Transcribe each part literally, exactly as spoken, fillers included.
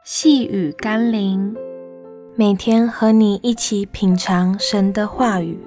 细雨甘霖，每天和你一起品尝神的话语。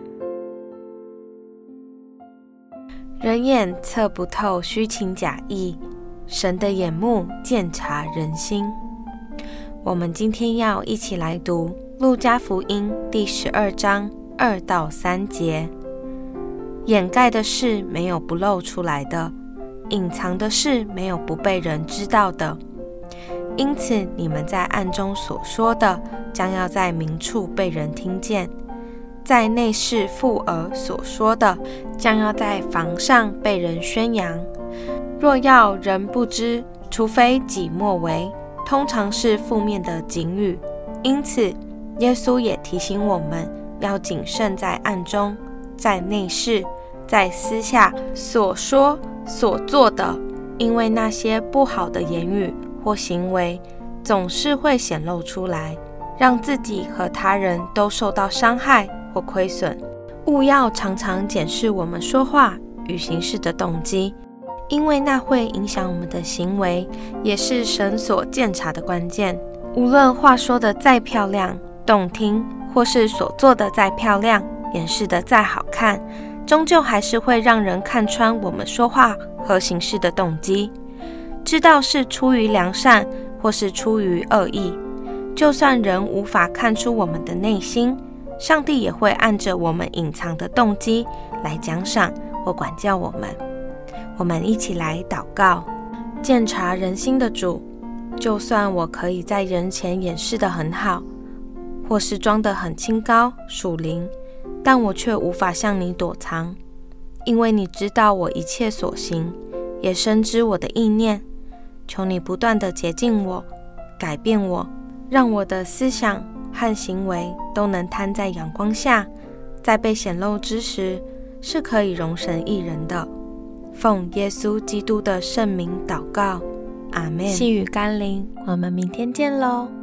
人眼测不透虚情假意，神的眼目鉴察人心。我们今天要一起来读路加福音第十二章二到三节。掩盖的事没有不露出来的，隐藏的事没有不被人知道的。因此你们在暗中所说的，将要在明处被人听见；在内室附耳所说的，将要在房上被人宣扬。若要人不知，除非己莫为，通常是负面的警语。因此耶稣也提醒我们要谨慎在暗中，在内室，在私下所说所做的，因为那些不好的言语或行为总是会显露出来，让自己和他人都受到伤害或亏损。务要常常检视我们说话与行事的动机，因为那会影响我们的行为，也是神所鉴察的关键。无论话说的再漂亮动听，或是所做的再漂亮，掩饰的再好看，终究还是会让人看穿我们说话和行事的动机，知道是出于良善或是出于恶意。就算人无法看出我们的内心，上帝也会按着我们隐藏的动机来奖赏或管教我们。我们一起来祷告。鉴察人心的主，就算我可以在人前掩饰得很好，或是装得很清高属灵，但我却无法向你躲藏，因为你知道我一切所行，也深知我的意念。求你不断地洁净我，改变我，让我的思想和行为都能摊在阳光下，在被显露之时是可以容神一人的。奉耶稣基督的圣名祷告，阿们。细雨甘霖，我们明天见喽。